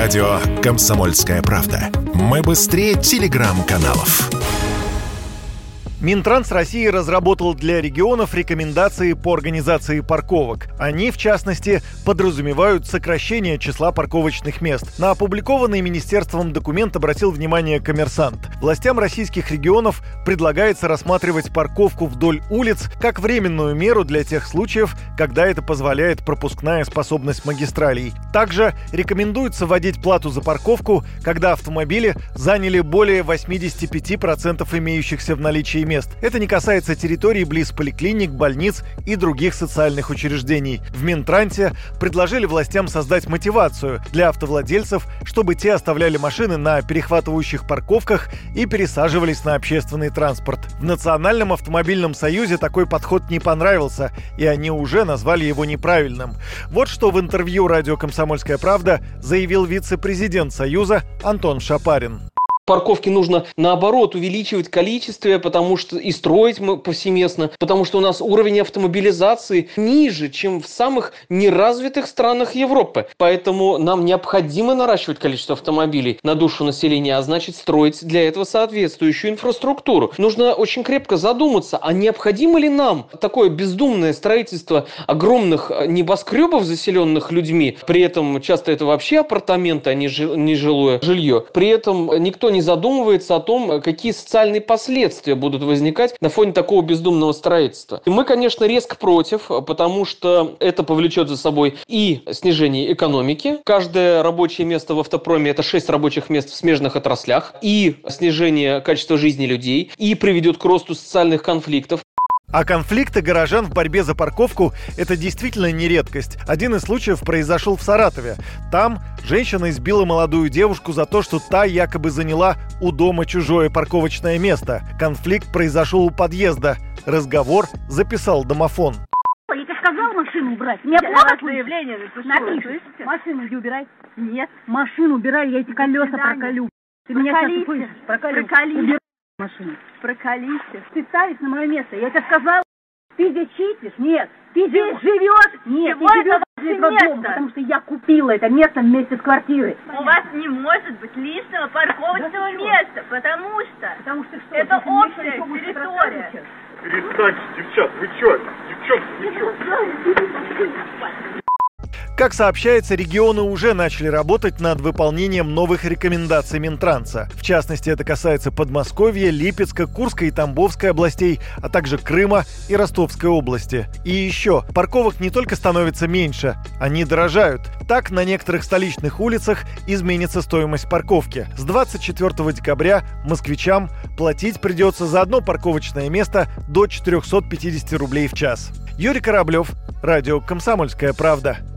Радио «Комсомольская правда». Мы быстрее телеграм-каналов. Минтранс России разработал для регионов рекомендации по организации парковок. Они, в частности, подразумевают сокращение числа парковочных мест. На опубликованный министерством документ обратил внимание «Коммерсант». Властям российских регионов предлагается рассматривать парковку вдоль улиц как временную меру для тех случаев, когда это позволяет пропускная способность магистралей. Также рекомендуется вводить плату за парковку, когда автомобили заняли более 85% имеющихся в наличии мест. Это не касается территорий близ поликлиник, больниц и других социальных учреждений. В Минтрансе предложили властям создать мотивацию для автовладельцев, чтобы те оставляли машины на перехватывающих парковках и пересаживались на общественный транспорт. В Национальном автомобильном союзе такой подход не понравился, и они уже назвали его неправильным. Вот что в интервью радио «Комсомольская правда» заявил вице-президент Союза Антон Шапарин. Парковки нужно, наоборот, увеличивать количество, потому что и строить мы повсеместно, потому что у нас уровень автомобилизации ниже, чем в самых неразвитых странах Европы. Поэтому нам необходимо наращивать количество автомобилей на душу населения, а значит строить для этого соответствующую инфраструктуру. Нужно очень крепко задуматься, а необходимо ли нам такое бездумное строительство огромных небоскребов, заселенных людьми, при этом часто это вообще апартаменты, а не жилое жилье. При этом никто не задумывается о том, какие социальные последствия будут возникать на фоне такого бездумного строительства. И мы, конечно, резко против, потому что это повлечет за собой и снижение экономики. Каждое рабочее место в автопроме – это 6 рабочих мест в смежных отраслях, и снижение качества жизни людей, и приведет к росту социальных конфликтов. А конфликты горожан в борьбе за парковку – это действительно не редкость. Один из случаев произошел в Саратове. Там женщина избила молодую девушку за то, что та якобы заняла у дома чужое парковочное место. Конфликт произошел у подъезда. Разговор записал домофон. Я тебе сказала машину убрать. Меня плохо заявление напишешь. Машину иди убирай. Нет. Машину убирай, я эти колеса проколю. Ты меня сейчас слышишь? Проколи. Машину. Проколись. Ты ставишь на мое место. Я тебе сказала, ты здесь чистишь? Нет. Ты здесь живешь? Нет. Ты живешь возле этого дома, потому что я купила это место вместе с квартирой. У вас не может быть лишнего парковочного места, потому что что это общая территория. Перестаньте, девчат, вы чё? Как сообщается, регионы уже начали работать над выполнением новых рекомендаций Минтранса. В частности, это касается Подмосковья, Липецка, Курской и Тамбовской областей, а также Крыма и Ростовской области. И еще, парковок не только становится меньше, они дорожают. Так, на некоторых столичных улицах изменится стоимость парковки. С 24 декабря москвичам платить придется за одно парковочное место до 450 рублей в час. Юрий Кораблев, радио «Комсомольская правда».